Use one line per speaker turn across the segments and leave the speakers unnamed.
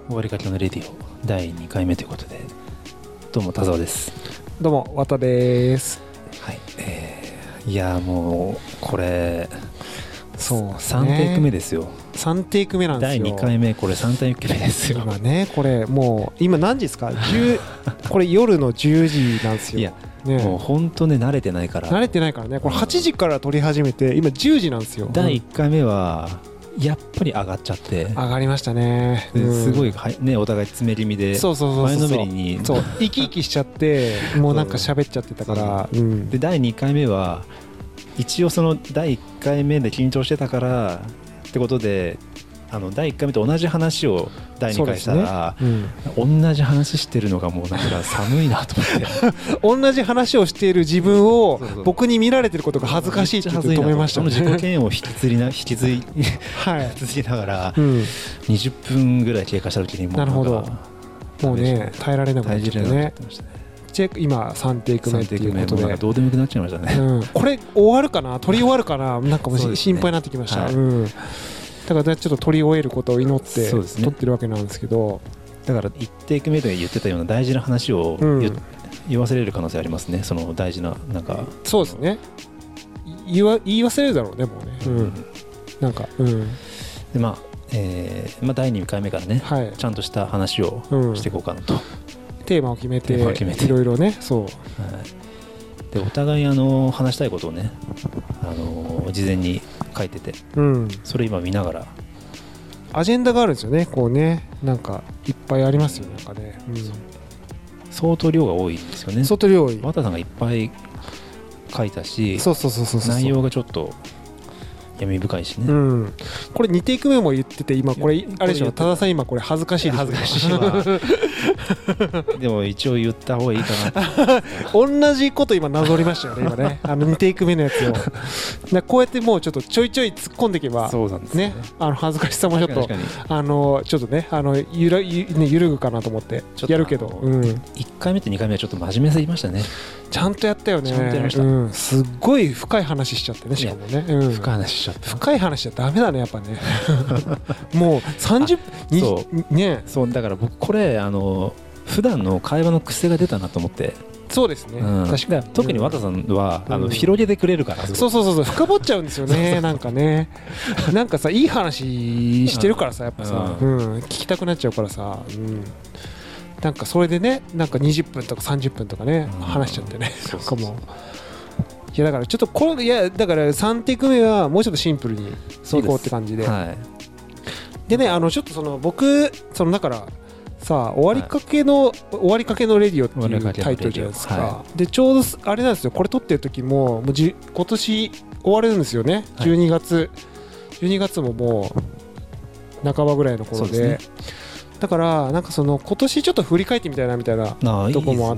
終わりかけのレディオ第2回目ということで、どうも田沢です。
どうも綿です。
はい、いやもうこれ
そう、
3テイク目ですよ。
3テイク目なんですよ。
第2回目これ3テイク目ですよ。
今ね、これもう今何時ですかこれ夜の10時なんですよ。
いや、
ね、
もう本当ね慣れてないから
ね、これ8時から撮り始めて今10時なんですよ。
第1回目はやっぱり上がっちゃって
上がりましたね、
すごい、ね、お互い詰め気味で前のめりに
生き生きしちゃってもうなんか喋っちゃってたから、
で第2回目は一応その第1回目で緊張してたからってことで第1回目と同じ話を第2回したら、同じ話してるのがもうなんか寒いなと思って
同じ話をしている自分を僕に見られてることが恥ずかしいって言って止めましたね。
その自己嫌悪を引き継いながら、20分ぐらい経過した時にもう
なるほど、もうね耐えられなくなっちゃってね。今3テイク目っていうことで
どうでもよくなっちゃいましたね、
これ終わるかな、撮り終わるかな、なんかもう心配になってきました。だからちょっと撮り終えることを祈って撮ってるわけなんですけど、
だから1テイク目で言ってたような大事な話を言わせれる可能性ありますね。その大事ななんか
そうですね、言い忘れるだろうね、もうね、なんか
でまあ第2回目からね、ちゃんとした話をしていこうかなと、
テーマを決めていろいろね、そう
でお互い話したいことをね事前に書いてて、それ今見ながら
アジェンダがあるんですよね。こうね、なんかいっぱいありますよ、なんかね、
相当量が多いんですよね。
相当量多い。
綿さんがいっぱい書いたし、
そう
内容がちょっと闇深いしね、
これ2テイク目も言ってて、今これあれでしょ、多田さん今これ恥ずかしいです、
恥ずかしいわでも一応言った方がいいかな
同じこと今なぞりましたよね、今ね2テイク目のやつをこうやってもうちょっとちょいちょい突っ込んでいけばね、恥ずかしさもちょっとちょっとね揺るぐかなと思ってやるけど、
1回目と2回目はちょっと真面目すぎましたね。
ちゃんとやったよね。
ちゃんとやりました、
すっごい深い話しちゃってね、しかもね、
深い話しちゃって、
深い話しちゃダメだね、やっぱねもう30分ね。
そうだから僕これ普段の会話の癖が出たなと思って。
そうですね、確かに
特に綿さんは広げてくれるから、
そう深掘っちゃうんですよねなんかね、なんかさ、いい話してるからさ、やっぱさ、聞きたくなっちゃうからさ、なんかそれでね、なんか20分とか30分とかね、話しちゃってね、なんかもう、いやだからちょっとこれ、いやだから3テイク目はもうちょっとシンプルにいこうって感じで、でね、ちょっと僕だからさあ、終わりかけのレディオっていうタイトルじゃないですか。でちょうどあれなんですよ、これ撮ってる時も今年終わるんですよね、12月ももう半ばぐらいの頃で、だからなんか今年ちょっと振り返ってみたいなとこもあって、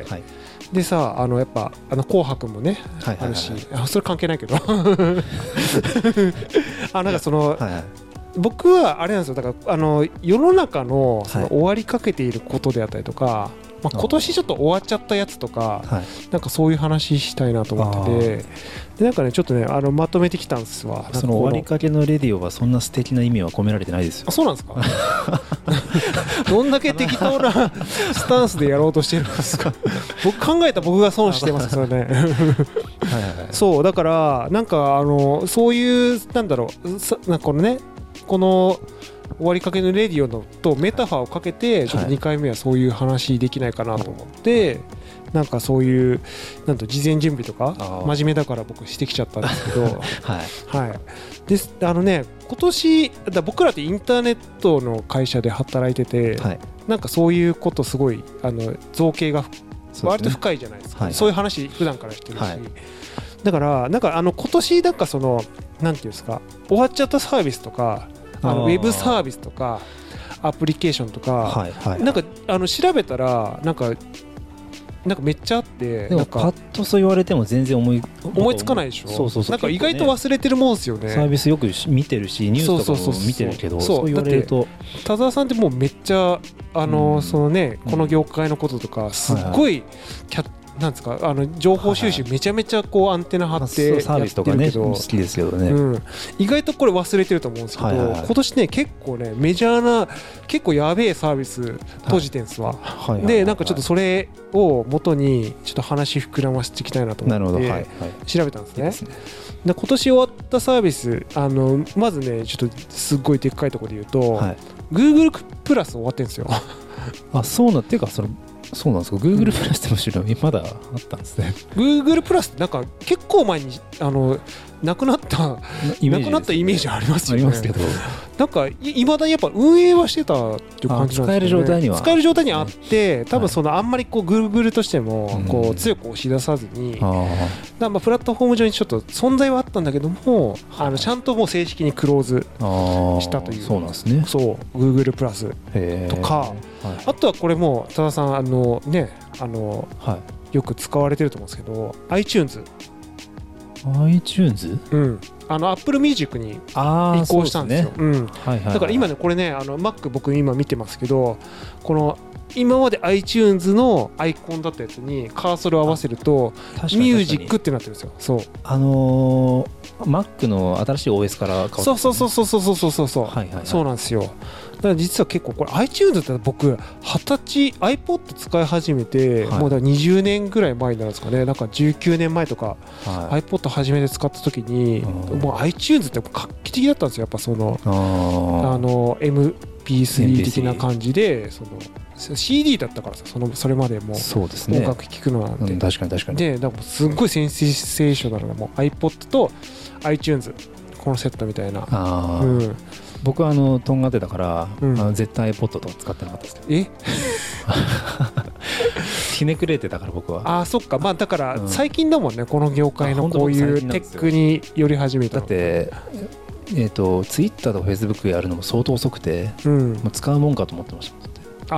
でさ、やっぱ紅白もねあるし、それ関係ないけどなんか僕はあれなんですよ、だから世の中の終わりかけていることであったりとか、今年ちょっと終わっちゃったやつとか、なんかそういう話したいなと思ってて、でなんかねちょっとねまとめてきたんですわ。
その終わりかけのレディオはそんな素敵な意味は込められてないですよ。
あ、そうなんですかどんだけ適当なスタンスでやろうとしてるんですか僕が損してますそれねそうだからなんかそういうなんだろう、なんかこのね、この終わりかけのレディオのとメタファーをかけてちょっと2回目はそういう話できないかなと思って、なんかそういうなんと事前準備とか真面目だから僕してきちゃったんですけどです今年僕らってインターネットの会社で働いてて、なんかそういうことすごい造形が割と深いじゃないですか。そういう話普段からしてるし、だからなんか今年なんかなんていうんですか、終わっちゃったサービスとかウェブサービスとかアプリケーションとか、なんか調べたらなんかめっちゃあって、
でもパッとそう言われても全然思い
つかないでしょ。なんか意外と忘れてるもんですよね。
サービスよく見てるしニュースとかも見てるけど、そう言われると
田沢さんってもうめっちゃこの業界のこととかすっごいなんですか情報収集めちゃめちゃこうアンテナ張ってやってるけど、
サービスとかね好きですけどね、
意外とこれ忘れてると思うんですけど、今年ね結構ねメジャーな結構やべえサービス閉じてんすわ、でなんかちょっとそれを元にちょっと話膨らましていきたいなと思って調べたんですね。で今年終わったサービスまずねちょっとすっごいでっかいところで言うと、Google プラス終わってるんですよ。
あ、そうなんていうかそうなんですか。 Google プラスってむしろまだあったんですね。
Google プラスってなんか結構前になくなったイメージありますよね。
ありますけど、
なんかいまだにやっぱ運営はしてたっていう感じなんですよね。
使える状態には
あって、多分あんまりこう Google としてもこう強く押し出さずに、プラットフォーム上にちょっと存在はあったんだけども、ちゃんともう正式にクローズしたという。
そうなんですね。
そう Google プラスとか、あとはこれも多田さんよく使われてると思うんですけど iTunes、 Apple Music に移行したんですよ。だから今ねこれねMac 僕今見てますけど、この今まで iTunes のアイコンだったやつにカーソルを合わせるとミュージックってなってるんですよ。そう、
Mac の新しい OS から変わって、
そうそうなんですよ。だから実は結構これ iTunes って僕20歳 iPod 使い始めて、もうだから20年ぐらい前になるんですかね。なんか19年前とか、iPod 初めて使った時にもう iTunes って画期的だったんですよ。やっぱMP3 的な感じでCD だったからさ、それまでも音楽聴くのなんて、
確かに
でだからすっごいセンセーショナルなもう iPod と iTunes このセットみたいな。
僕はとんがってたから、絶対 iPod とか使ってなかったですけど。ひねくれてたから僕は。
そっか。だから最近だもんね、この業界のこういうテックに寄り始めたの。
だってTwitter とか Facebook やるのも相当遅くて、もう使うもんかと思ってました。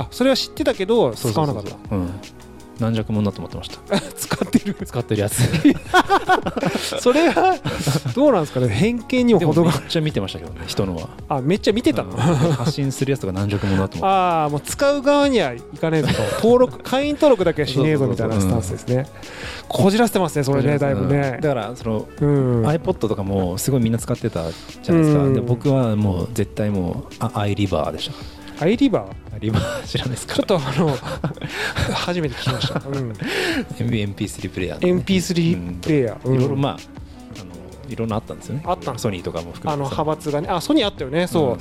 それは知ってたけど使わなかった。
軟弱者だと思ってました。
使ってるやつそれはどうなんですかね。偏見にも程が。
めっちゃ見てましたけどね、人のは。
めっちゃ見てたの。
発信するやつとか軟弱者だと思って。
もう使う側にはいかねえぞと会員登録だけはしねえぞみたいなスタンスですね。こじらせてますねそれね、だいぶね。
だからiPod とかもすごいみんな使ってたじゃないですか。で僕はもう絶対もうiRiver でした。
iRiver
知らないですか。
ちょっと初めて聞きました。
MP3 プレイヤー、
MP3 プレイヤー、
いろいろいろんなあったんですよね。
あった
ソニーとかも含めて
派閥がね。ソニーあったよね。そう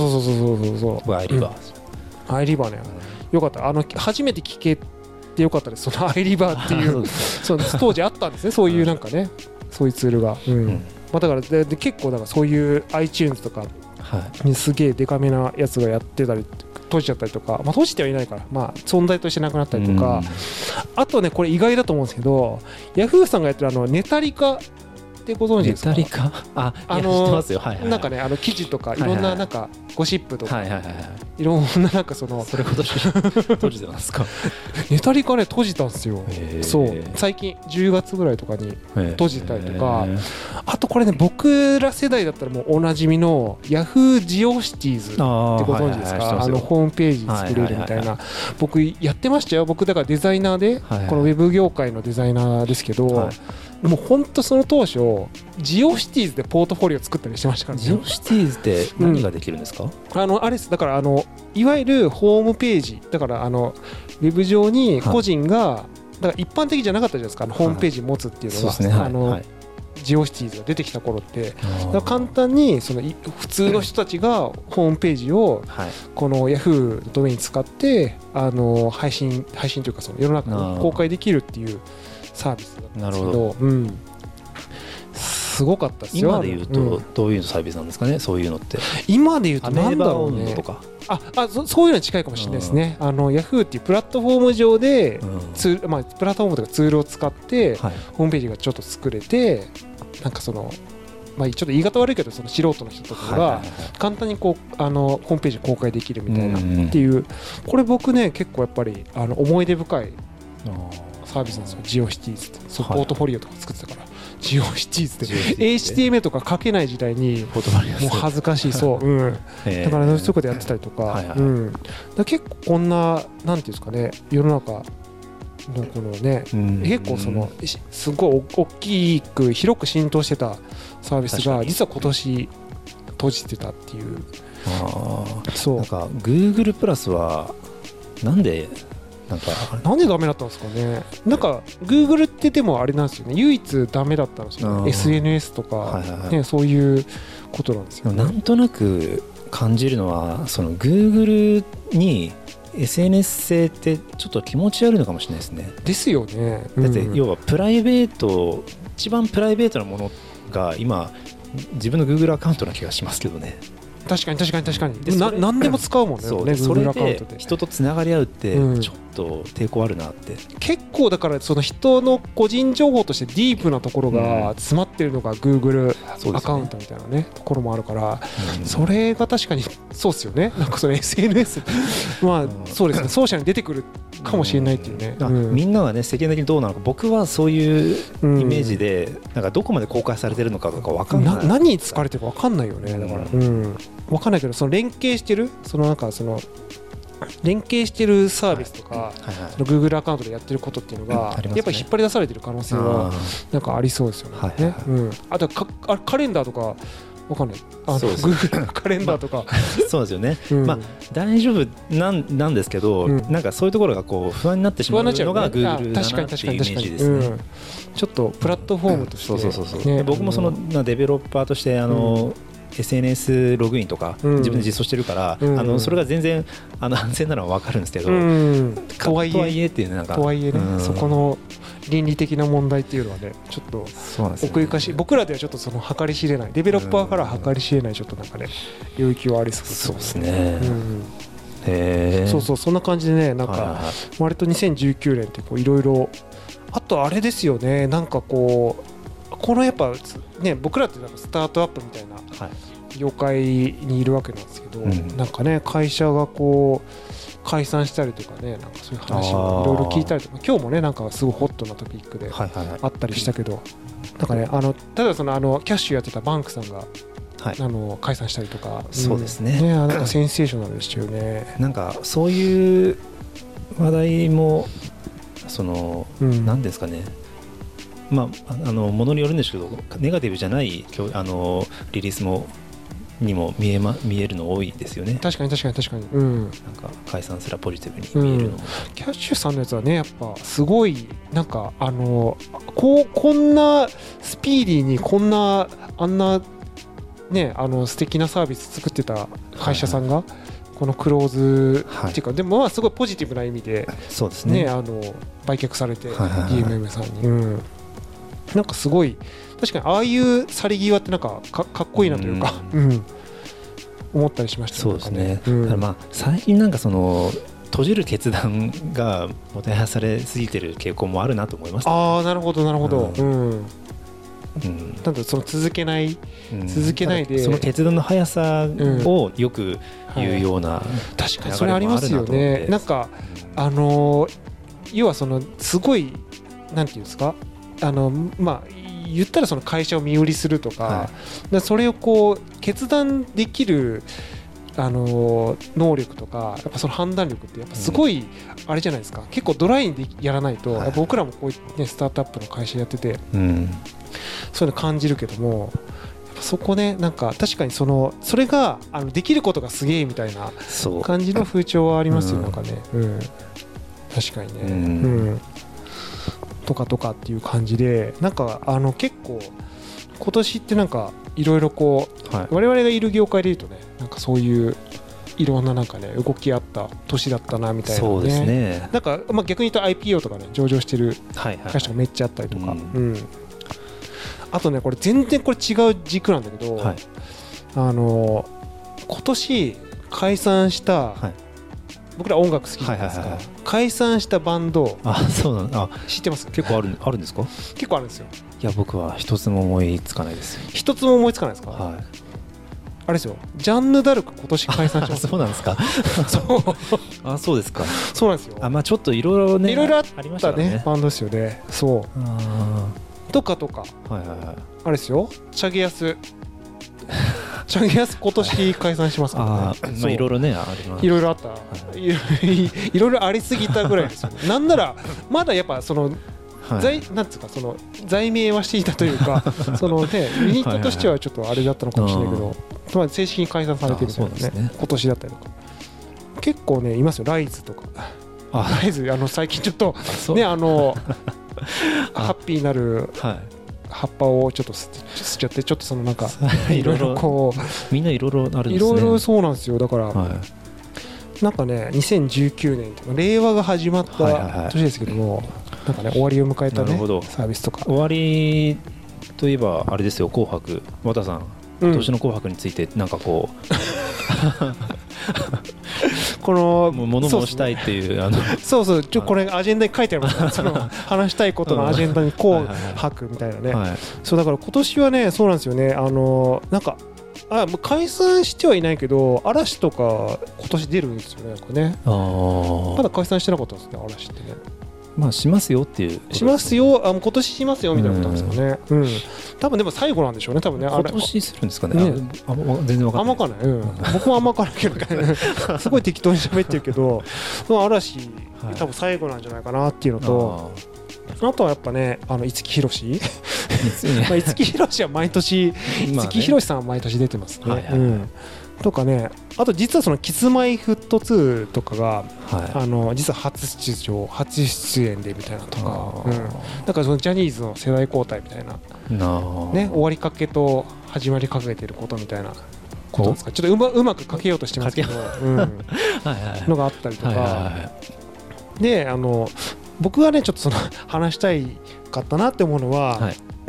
iRiver ね、よかった。初めて聞けてよかったです。iRiver っていう当時あったんですね、そういうなんかね、そういうツールが。だからで結構だからそういう iTunes とかにすげえデカめなやつがやってたり閉じちゃったりとか、閉じてはいないから存在としてなくなったりとか、あとねこれ意外だと思うんですけど、ヤフーさんがやってるネタリカってご存知ですか？
ネタリカ、知ってますよ。
なんかね記事とかいろんななんかゴシップとかいろんななんかそれ
今年閉じてますか？
ネタリカね閉じたんですよ。そう最近10月ぐらいとかに閉じたりとか、あとこれね僕ら世代だったらもうおなじみのヤフージオシティーズってご存知ですか？ホームページ作れるみたいな。僕やってましたよ。僕だからデザイナーでこのウェブ業界のデザイナーですけど、もう本当その当初ジオシティーズでポートフォリオ作ったりしてましたからね。
ジオシティーズって何ができるんですか？
あれですだからいわゆるホームページだからウェブ上に個人が、だから一般的じゃなかったじゃないですか、ホームページ持つっていうのは、ジオシティーズが出てきた頃って、だから簡単に普通の人たちがホームページをこのヤフーのドメイン使って配信というか世の中に公開できるっていうサービスだったんですけど、すごかったですよ。
今で言うとどういうサービスなんですかね、そういうのって。
今で言うとなんだろうね。
とか
そういうのに近いかもしれないですね。ヤフーっていうプラットフォーム上でプラットフォームとかツールを使ってホームページがちょっと作れて、なんかちょっと言い方悪いけど素人の人とかが簡単にホームページ公開できるみたいなっていう、これ僕ね結構やっぱり思い出深いサービスなんですよ。ジオシティーズってポートフォリオとか作ってたから。ジオシティーズって HTML とか書けない時代にもう恥ずかしいだからそういうとこでやってたりとか、だ結構こんななんていうんですかね、世の中のこのね、結構そのすごい大きく広く浸透してたサービスが実は今年閉じてたっていう。
そうなんか Google プラスはなんで
ダメだったんですかね。なんか Google ってでもあれなんですよね、唯一ダメだったのはその SNS とか、ね、そういうことなんですよね。
なんとなく感じるのはその Google に SNS 性ってちょっと気持ち悪いのかもしれないですね。
ですよね、
だって要はプライベート、一番プライベートなものが今自分の Google アカウントな気がしますけどね。
確かに何でも使うもんね。
それで人とつながり合うってちょっと抵抗あるなって、
結構だからその人の個人情報としてディープなところが詰まってるのが Google アカウントみたいなねところもあるから、それが確かにそうですよね。なんかそれ SNS まあそうですね、ソーシャルに出てくるかもしれないっていうね。
みんながね世間的にどうなのか、僕はそういうイメージでなんかどこまで公開されてるのかとか分かんない。
何に使われてるか分かんないよね。だから分かんないけど、その連携してるそのなんかその連携してるサービスとか、その Google アカウントでやってることっていうのがやっぱり引っ張り出されてる可能性はなんかありそうですよね。あとはカレンダーとかわかんない。Google カレンダーとか
そうですよね。まあ大丈夫なんですけど、なんかそういうところがこう不安になってしまうのが Google だなっていうイメージですね。
ちょっとプラットフォームとして
僕もそのデベロッパーとしてSNS ログインとか自分で実装してるから、それが全然安全なのは分かるんですけど、とはいえっていうなんか
とはいえね、そこの倫理的な問題っていうのはね、ちょっと奥ゆかしい、僕らではちょっとその計り知れない、デベロッパーからは計り知れないちょっとなんかね領域はありそうですね。そうそんな感じでね、なんか割と2019年っていろいろ、あとあれですよね、なんかこのやっぱね、僕らってなんかスタートアップみたいな業界にいるわけなんですけど、なんかね会社がこう解散したりとかね、なんかそういう話をいろいろ聞いたりとか、今日もねなんかすごいホットなトピックであったりしたけど、なんかね例えばそのキャッシュやってたバンクさんが解散したりとか、
そうですね。
なんかセンセーショナルでしたよね。
なんかそういう話題もその何ですかね。まあ、ものによるんですけど、ネガティブじゃないリリースにも見えるの多いですよね。
確かに、なんか
解散すらポジティブに見えるの、
キャッシュさんのやつはねやっぱすごいなんかこんなスピーディーにこんなあんなね素敵なサービス作ってた会社さんが、このクローズっていうか、でもまあすごいポジティブな意味で
そうですね、
売却されて DMM さんに、なんかすごい確かにああいう去り際ってなんかかっこいいなというか、思ったりしましたね。
そうですね。まあ最近なんかその閉じる決断がもてはやされすぎてる傾向もあるなと思いました、ね。
ああ、なるほどなるほど。なんだその続けないで
その決断の速さをよく言うような、
確かにそれありますよね。なんか要はそのすごいなんていうんですか、まあ言ったらその会社を身売りするとか、それをこう決断できる能力とかやっぱその判断力ってやっぱすごいあれじゃないですか。結構ドライにやらないと、やっぱ僕らもこういうねスタートアップの会社やってて、そういうの感じるけども、やっぱそこねなんか確かにそれができることがすげえみたいな感じの風潮はありますよ、なんかね。確かにね。とかっていう感じで、なんか結構今年ってなんかいろいろこう、我々がいる業界でいうとね、なんかそういういろんななんかね動きあった年だったなみたいなね。
そうですね。
なんかまあ逆に言うと IPO とかね上場してる会社がめっちゃあったりとか、あとねこれ全然これ違う軸なんだけど、今年解散した、僕ら音楽好きじゃないですか。解散したバンド、
そうなんだ。
知ってます？
結構あるんですか？
結構あるんですよ。
いや僕は一つも思いつかないです。
一つも思いつかないですか？あれですよ。ジャンヌ・ダルク今年解散します。
そうなんですか？そうですか。
そうなんですよ。
まあちょっといろいろね、
いろいろあったねバンドですよね。そう。とかあれですよ。チャゲヤス。 チャゲヤス今年解散しますからね。
いろいろねあります。
いろいろあった、いろいろありすぎたぐらいですよね。なんならまだやっぱそのなんつうかその罪名はしていたというかそのねユニットとしてはちょっとあれだったのかもしれないけど、まあ正式に解散されてるみたいなね、今年だったりとか結構ねいますよ。ライズとか、ライズ最近ちょっとねハッピーになる葉っぱをちょっと捨てちゃって、ちょっとそのなんかいろいろこう
みんないろいろあるんですね。
いろいろそうなんですよ。だからなんかね2019年っていう令和が始まった年ですけども、なんかね終わりを迎えたねサービスとか。
終わりといえばあれですよ、紅白。和田さん、今年の紅白についてなんかこう
この
物申したいっていう、
そうそう、これアジェンダに書いてありますからその話したいことのアジェンダに紅白みたいなね。そうだから今年はねそうなんですよね。なんかもう解散してはいないけど嵐とか今年出るんですよね。なんかねまだ解散してなかったですね、嵐ってね。
まあしますよっていう、
しますよ、今年しますよみたいなことなんですかね。多分でも最後なんでしょうね、多分ね。
今年するんですかね。全然わかんない。
あんまかない。僕もあんまかないけどすごい適当に喋ってるけど嵐多分最後なんじゃないかなっていうのと、あとはやっぱね五木ひろし五木ひろしは毎年五木ひろしさんは毎年出てますね。とかね、あと実はそのキスマイフット2とかが、実は初出演でみたいなとか、だからそのジャニーズの世代交代みたいなね、終わりかけと始まりかけてることみたいなことですか。ちょっとうまくかけようとしてますけどのがあったりとかで、僕がねちょっとその話したいかったなって思うのは、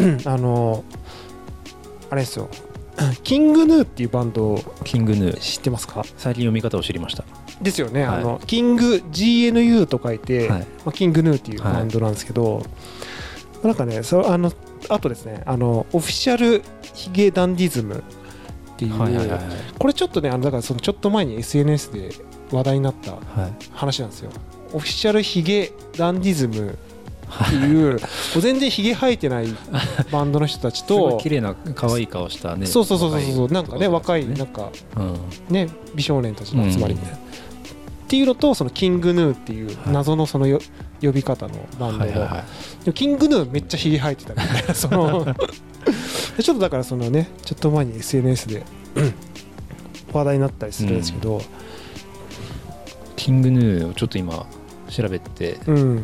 あれですよ、キングヌーっていうバンドを知ってますか？
最近読み方を知りました
ですよね。キング GNU と書いて、キングヌーっていうバンドなんですけど、なんかねあとですねオフィシャルヒゲダンディズムっていう、これちょっとねだからそのちょっと前に SNS で話題になった話なんですよ。オフィシャルヒゲダンディズムっていう全然ひげ生えてないバンドの人たちとすご
い綺麗な可愛い顔したね、
そうなんかね若いなんかね美少年たちの集まりみたいなっていうのと、そのキングヌーっていう謎のその呼び方のバンドが、キングヌーめっちゃひげ生えてたみたいな、そのちょっとだからそのねちょっと前に SNS で話題になったりするんですけど、
キングヌーをちょっと今調べて、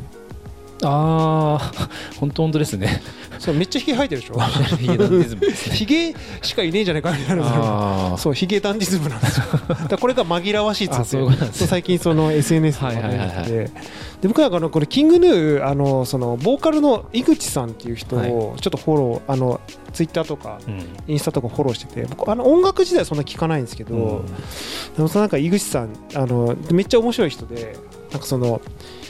本当ですね。
そうめっちゃヒゲ生えてるでしょ。
ヒゲダンディズムですね。
ヒゲしかいねえじゃないかみたいな。そうヒゲダンディズムなんですよ。だこれが紛らわしいっつって最近その SNS とかで僕なんかこれキングヌーそのボーカルの井口さんっていう人をちょっとフォローツイッターとかインスタとかフォローしてて、僕音楽自体はそんな聞かないんですけど、でもそのなんか井口さんめっちゃ面白い人で、なんかその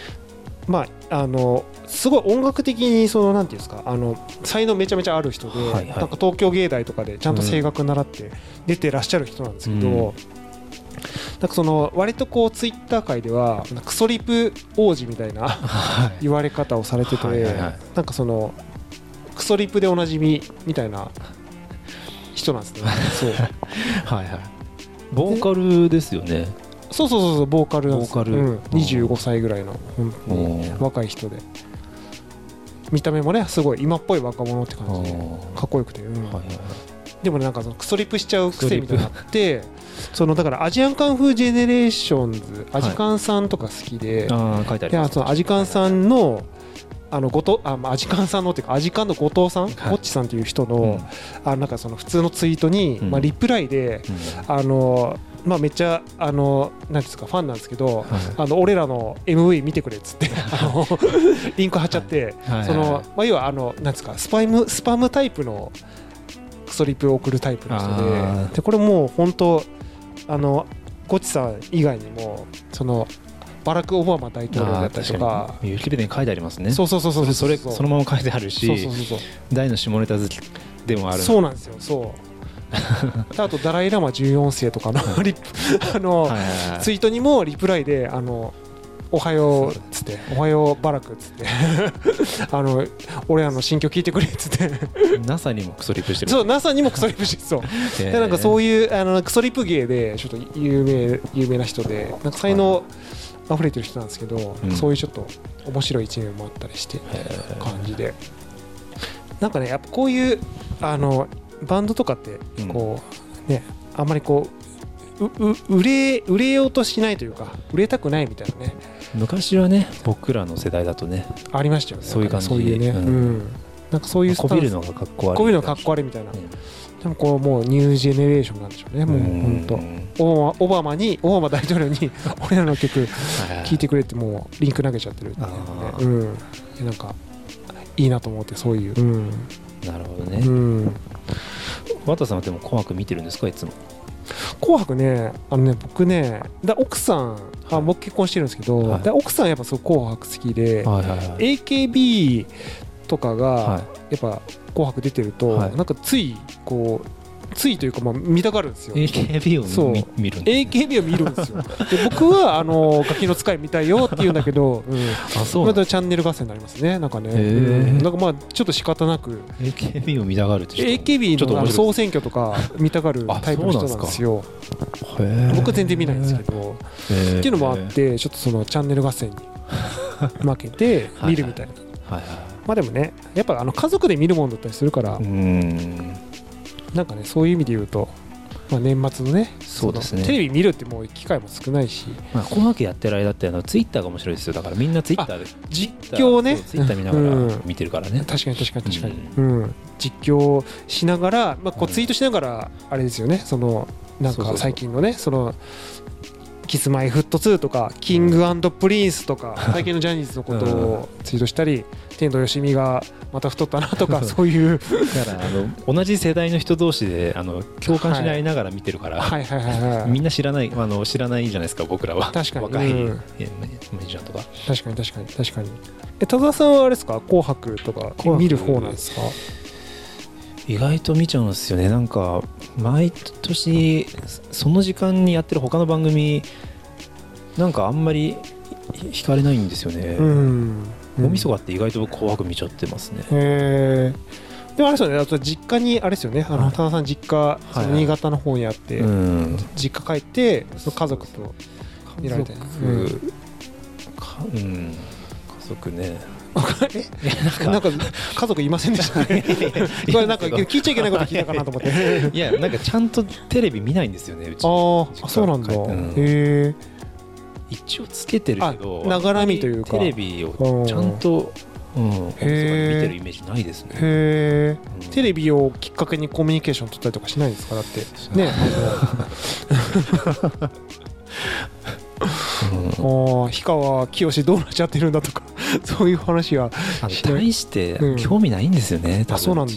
すごい音楽的にそのなんていうんですか才能めちゃめちゃある人で、なんか東京芸大とかでちゃんと声楽習って出てらっしゃる人なんですけど、なんかその割とこうツイッター界ではクソリプ王子みたいな言われ方をされてて、なんかそのクソリプでおなじみみたいな人なんですね。そう
ボーカルですよね。
そうボーカルなんですよ。25歳ぐらいの本当に若い人で、見た目もねすごい今っぽい若者って感じでかっこよくて、でもねなんかそのクソリプしちゃう癖みたいになって、そのだからアジアンカンフージェネレーションズアジカンさんとか好きで、そのアジカンさんのアジカンさんのっていうかアジカンの後藤さん、ゴッチさんっていう人のなんかその普通のツイートにリプライでめっちゃなんですかファンなんですけど、俺らの MV 見てくれっつってリンク貼っちゃって、その要はなんですかスパムタイプのクソリプを送るタイプの人で、これもう本当ゴッチさん以外にもそのバラク・オバマ大統領だったりとか、
ウィキペディに書いてありますね。
そうそ
のまま書いてあるし、大の下ネタ好きでもある。
そうなんですよ。そうあとダライラマ14世とかのツイートにもリプライでおはようっつっておはようバラクっつって俺らの新居聞いてくれっつって
NASA にもクソリプしてる。
そう NASA にもクソリプしてるそうでなんかそういうクソリプ芸でちょっと有名な人でなんか才能溢れてる人なんですけど、そういうちょっと面白い一面もあったりしてみたいな感じで、なんかねやっぱこういうバンドとかってこうねあんまりこう売れようとしないというか売れたくないみたいなね。
昔はね僕らの世代だとね
ありましたよね。
そういう感じ。
そういうね、なんかそういう
こびるのがかっこ悪い。
こびるのがかっこ悪いみたいな。でもこうもうニュージェネレーションなんでしょうね。もう本当オバマ大統領に俺らの曲聴いてくれってもうリンク投げちゃってるっていうね。なんかいいなと思ってそういう。
なるほどね。和田さんはでも紅白見てるんですかいつも。
紅白ね僕ね奥さん僕結婚してるんですけど、奥さんやっぱすごい紅白好きで、AKB とかがやっぱ紅白出てると、なんかついというか見たがるんですよ。
AKB を見るんですね。
AKB を見るんですよ。で僕はガキの使い見たいよって言うんだけど、またチャンネル合戦になりますね。なんかね、なんかちょっと仕方なく
AKB を見たがるって人
AKB の総選挙とか見たがるタイプの人なんですよ。僕全然見ないんですけど、っていうのもあってちょっとそのチャンネル合戦に負けて見るみたいな。でもねやっぱ家族で見るもんだったりするから、なんかねそういう意味で言うと、年末のね、
そうですね、
テレビ見るってもう機会も少ないし、
紅白やってる間ってツイッターが面白いですよ。だからみんなツイッターで
実況ね、
ツイッター見ながら見てるからね。
確かに、実況しながら、ツイートしながらあれですよね、そのなんか最近のね、そのキスマイフット2とかキング&プリンスとか最近のジャニーズのことをツイートしたり、天童よしみがまた太ったなとかそういう
だから同じ世代の人同士で共感し合いながら見てるから、みんな知らないじゃないですか僕らは。
確かに
若いミュージシャンとか。
確かに田澤さんはあれですか、紅白とか見る方なんですか？
意外と見ちゃうんですよね。なんか毎年その時間にやってる他の番組なんかあんまり惹かれないんですよね。大晦日って意外と僕紅白見ちゃってますね。
でもあれですよね、あと実家にあれですよね、田中さん実家新潟の方にあって、実家帰ってその家族と見られたい。
家族ね。
なんか家族いませんでしたね。これなんか聞いちゃいけないこと聞いたかなと思って。
いやなんかちゃんとテレビ見ないんですよねうち。
そうなんだ。
一応つけてるけど
ながら見というか
テレビをちゃんと見てるイメージないですね。
テレビをきっかけにコミュニケーション取ったりとかしないんですか？だってね。氷川きよしどうなっちゃってるんだとかそういう話は
大して興味ないんですよね。
そうなんだ。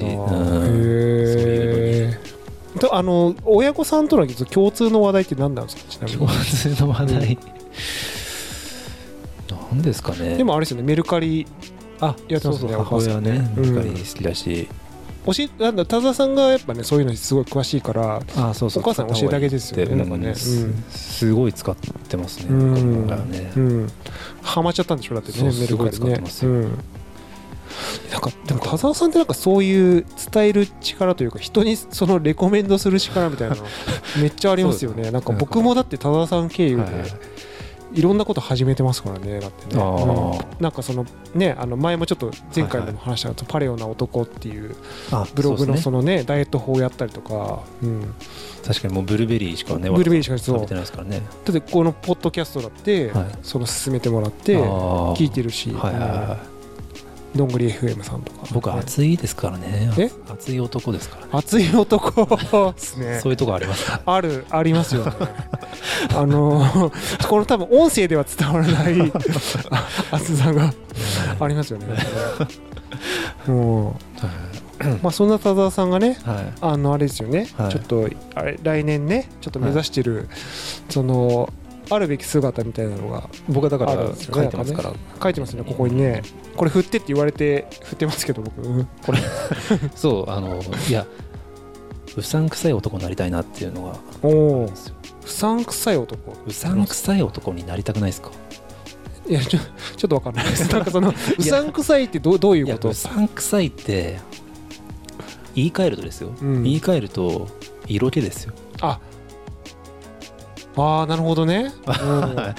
親御さんとの共通の話題って何なんですか？ちなみに
共通の話題なんですかね。
でもあれですよね、メルカリやってますね。
母親ねメルカリ好きだし、
なんだ田澤さんがやっぱねそういうのすごい詳しいから、お母さん教えてあげですよね。なんかね、
すごい使ってますね。
ハマっちゃったんでしょだってね、メルカリね。なんかでも田澤さんってなんかそういう伝える力というか人にそのレコメンドする力みたいなのめっちゃありますよね。なんか僕もだって田澤さん経由でいろんなこと始めてますからね。だってね、なんかそのね前もちょっと前回でも話したパレオな男っていうブログのそのねダイエット法をやったりとか、
確かにもうブルーベリーしかね
ブルーベリーしか
食べてないですからね。
だってこのポッドキャストだってその勧めてもらって聞いてるし、どんぐり FM さんとか。
僕熱いですからね。熱い男ですからね。
熱い男ですね。
そういうとこありますか？
ありますよね。この多分音声では伝わらない熱さがありますよね。そんな田澤さんがね、あれですよね、ちょっと来年ねちょっと目指してるそのあるべき姿みたいなのが
僕はだから書いてますから。
書いてますね、ここにね。これ振ってって言われて振ってますけど僕これ
そういやうさんくさい男になりたいなっていうのがあるんですよ。
うさんくさい男。
うさんくさい男になりたくないですか？
いやちょっとわかんないです。なんかそのうさんくさいってどういうこと？
うさんくさいって言い換えるとですよ、言い換えると色気ですよ。
ああ、なるほどね。
はい。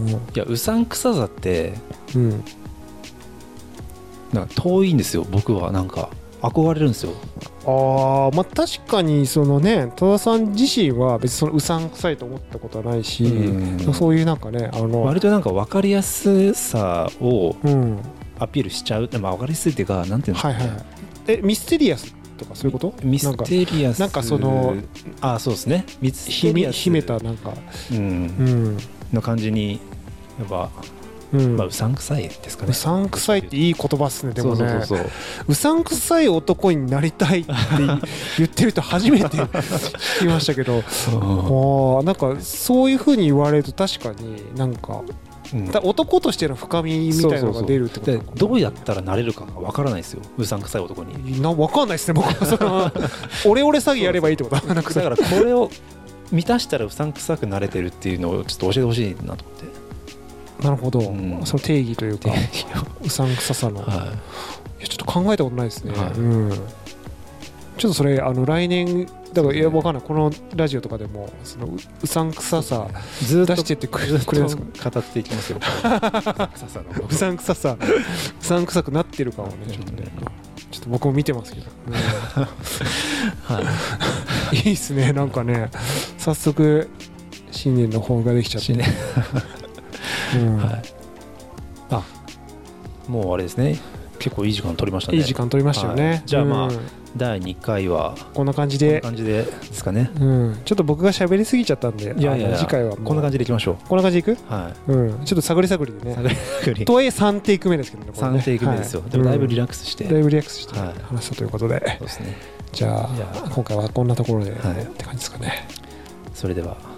いやうさんくささって、なんか遠いんですよ。僕はなんか憧れるんですよ。
まあ確かにそのね、戸田さん自身は別にそのうさんくさいと思ったことはないし、そういうなんかね、
割となんか分かりやすさをアピールしちゃう、まあ分かりやすいっていうか、なんていうんですかね、
ミステリアスとかそういうこと？
ミステリアス
なんかその
そうですね、ミステリアス
秘めたなんか
の感じにやっぱ、まあうさんくさいですかね。
うさんくさいっていい言葉っすね。でもね、うさんくさい男になりたいって言ってる人初めて聞きましたけどなんかそういう風に言われると確かになんか、男としての深みみたいなのが出るってことなのかな。
どうやったらなれるかがわからないですよ、うさんくさい男に。
わかんないですね僕は。そのオレオレ詐欺やればいいってこと？
だからこれを満たしたらうさんくさくなれてるっていうのをちょっと教えてほしいなと思って。
なるほど、その定義というかうさんくささの、いやちょっと考えたことないですね。ちょっとそれ来年だから、いやわかんない、このラジオとかでもそのうさんくささ
ずっと
出してってくれるんですか？
語っていきますよ。
うさんくささ、うさんくさくなってるかもね、ちょっとね。ちょっと僕も見てますけど、いいですね。なんかね、早速新年の抱負ができちゃって。
もうあれですね、結構いい時間取りましたね。
いい時間取りましたよね。
じゃあまあ第2回は
こんな感じ
ですかね。
ちょっと僕が喋りすぎちゃったんで、次回は
こんな感じでいきましょう。
こんな感じでいく？ちょっと探り探りでね。とはいえ3テイク目ですけどね。
3テイク目ですよ。でもだいぶリラックスして。話
したということで。そうですね。じゃあ今回はこんなところでって感じですかね。
それでは。